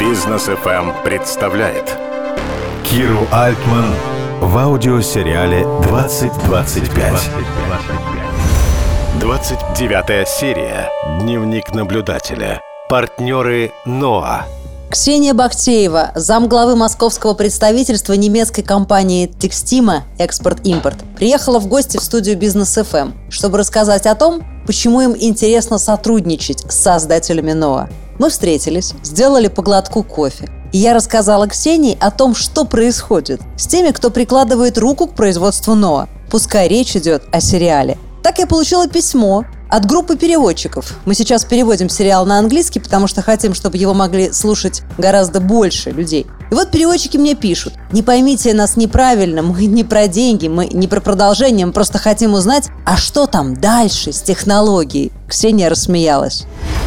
Бизнес FM представляет Киру Альтман в аудиосериале «2025». 29 серия. Дневник наблюдателя. Партнеры НОА. Ксения Бахтеева, замглавы московского представительства немецкой компании «Текстима» «Экспорт-импорт», приехала в гости в студию Бизнес FM, чтобы рассказать о том, почему им интересно сотрудничать с создателями НОА. Мы встретились, сделали по глотку кофе, и я рассказала Ксении о том, что происходит с теми, кто прикладывает руку к производству НОА, пускай речь идет о сериале. Так я получила письмо от группы переводчиков. Мы сейчас переводим сериал на английский, потому что хотим, чтобы его могли слушать гораздо больше людей. И вот переводчики мне пишут: не поймите нас неправильно, мы не про деньги, мы не про продолжение, мы просто хотим узнать, а что там дальше с технологией. Ксения рассмеялась.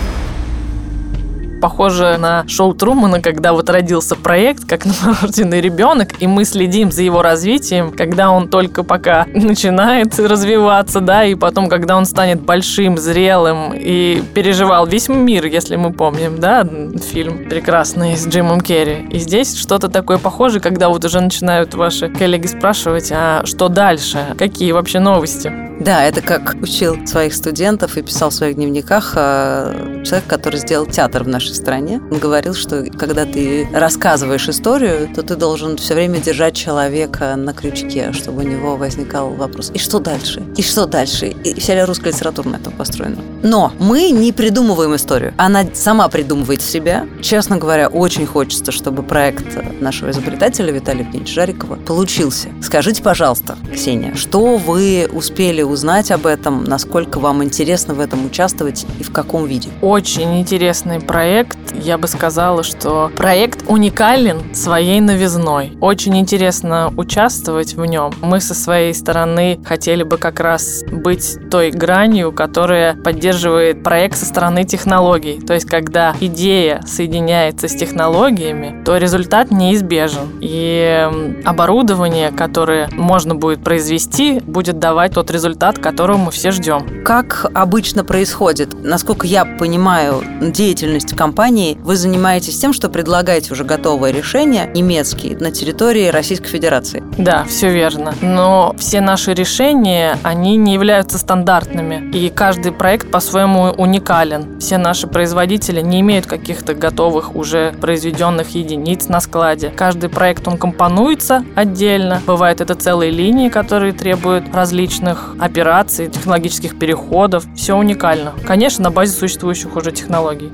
Похоже на шоу Трумана, когда вот родился проект, как новорожденный ребенок, и мы следим за его развитием, когда он только пока начинает развиваться, да, и потом, когда он станет большим, зрелым и переживал весь мир, если мы помним, да, фильм прекрасный с Джимом Керри. И здесь что-то такое похожее, когда вот уже начинают ваши коллеги спрашивать, а что дальше, какие вообще новости? Да, это как учил своих студентов и писал в своих дневниках человек, который сделал театр в нашей стране. Он говорил, что когда ты рассказываешь историю, то ты должен все время держать человека на крючке, чтобы у него возникал вопрос: и что дальше? И что дальше? И вся русская литература на этом построена. Но мы не придумываем историю. Она сама придумывает себя. Честно говоря, очень хочется, чтобы проект нашего изобретателя Виталия Евгеньевича Жарикова получился. Скажите, пожалуйста, Ксения, что вы успели узнать об этом, насколько вам интересно в этом участвовать и в каком виде? Очень интересный проект. Я бы сказала, что проект уникален своей новизной. Очень интересно участвовать в нем. Мы со своей стороны хотели бы как раз быть той гранью, которая поддерживает проект со стороны технологий. То есть, когда идея соединяется с технологиями, то результат неизбежен. И оборудование, которое можно будет произвести, будет давать тот результат, которого мы все ждем. Как обычно происходит? Насколько я понимаю деятельность компании, вы занимаетесь тем, что предлагаете уже готовые решения немецкие на территории Российской Федерации. Да, все верно. Но все наши решения, они не являются стандартными. И каждый проект по-своему уникален. Все наши производители не имеют каких-то готовых уже произведенных единиц на складе. Каждый проект, он компонуется отдельно. Бывают это целые линии, которые требуют различных операций, технологических переходов. Все уникально. Конечно, на базе существующих уже технологий.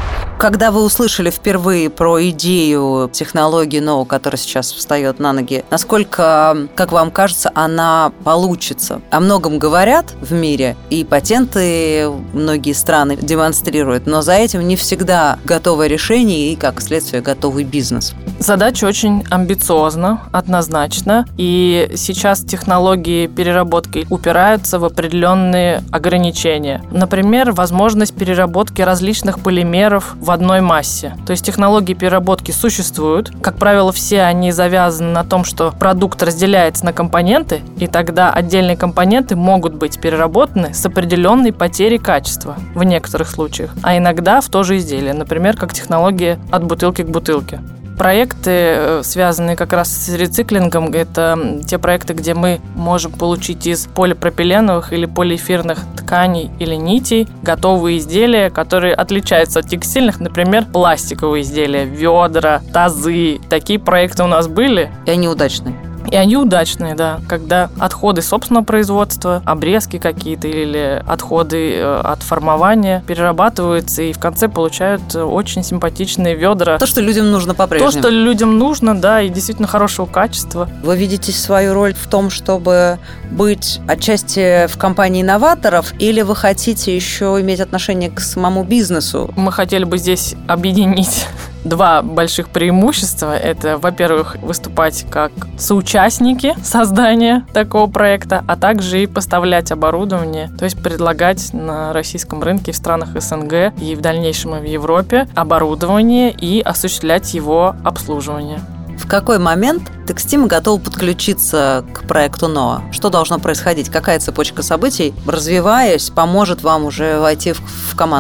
Когда вы услышали впервые про идею технологии НОА, которая сейчас встает на ноги, насколько, как вам кажется, она получится? О многом говорят в мире, и патенты многие страны демонстрируют, но за этим не всегда готовое решение и, как следствие, готовый бизнес. Задача очень амбициозна, однозначно, и сейчас технологии переработки упираются в определенные ограничения. Например, возможность переработки различных полимеров в одной массе. То есть технологии переработки существуют. Как правило, все они завязаны на том, что продукт разделяется на компоненты, и тогда отдельные компоненты могут быть переработаны с определенной потерей качества в некоторых случаях, а иногда в то же изделие, например, как технология от бутылки к бутылке. Проекты, связанные как раз с рециклингом, это те проекты, где мы можем получить из полипропиленовых или полиэфирных тканей или нитей готовые изделия, которые отличаются от текстильных, например, пластиковые изделия, ведра, тазы. Такие проекты у нас были. И они удачные. И они удачные, да. Когда отходы собственного производства, обрезки какие-то или отходы от формования перерабатываются и в конце получают очень симпатичные ведра. То, что людям нужно по-прежнему. То, что людям нужно, да, и действительно хорошего качества. Вы видите свою роль в том, чтобы быть отчасти в компании инноваторов, или вы хотите еще иметь отношение к самому бизнесу? Мы хотели бы здесь объединить два больших преимущества. Это, во-первых, выступать как соучастники создания такого проекта, а также и поставлять оборудование, то есть предлагать на российском рынке в странах СНГ и в дальнейшем и в Европе оборудование и осуществлять его обслуживание. В какой момент Текстима готова подключиться к проекту НОА? Что должно происходить? Какая цепочка событий, развиваясь, поможет вам уже войти в команду?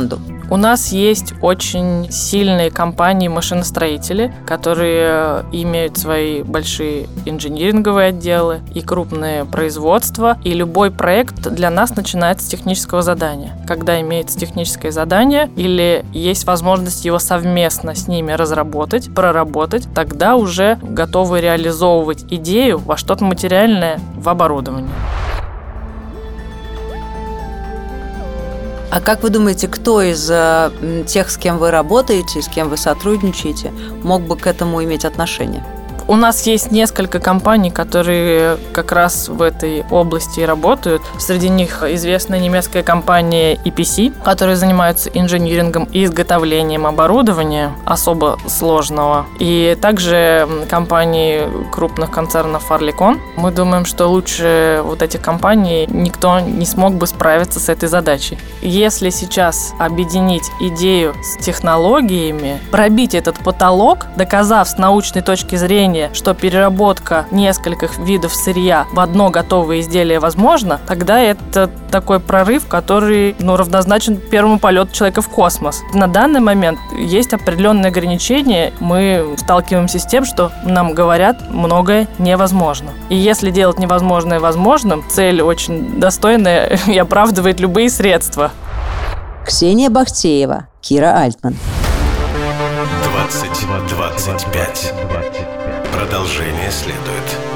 У нас есть очень сильные компании-машиностроители, которые имеют свои большие инжиниринговые отделы и крупные производства. И любой проект для нас начинается с технического задания. Когда имеется техническое задание или есть возможность его совместно с ними разработать, проработать, тогда уже готовы реализовывать идею во что-то материальное в оборудовании. А как вы думаете, кто из тех, с кем вы работаете, с кем вы сотрудничаете, мог бы к этому иметь отношение? У нас есть несколько компаний, которые как раз в этой области работают. Среди них известная немецкая компания EPC, которая занимается инжинирингом и изготовлением оборудования особо сложного. И также компании крупных концернов Oerlikon. Мы думаем, что лучше вот этих компаний никто не смог бы справиться с этой задачей. Если сейчас объединить идею с технологиями, пробить этот потолок, доказав с научной точки зрения, что переработка нескольких видов сырья в одно готовое изделие возможно, тогда это такой прорыв, который равнозначен первому полету человека в космос. На данный момент есть определенные ограничения. Мы сталкиваемся с тем, что нам говорят, многое невозможно. И если делать невозможное возможным, цель очень достойная и оправдывает любые средства. Ксения Бахтеева, Кира Альтман. 2025. Продолжение следует.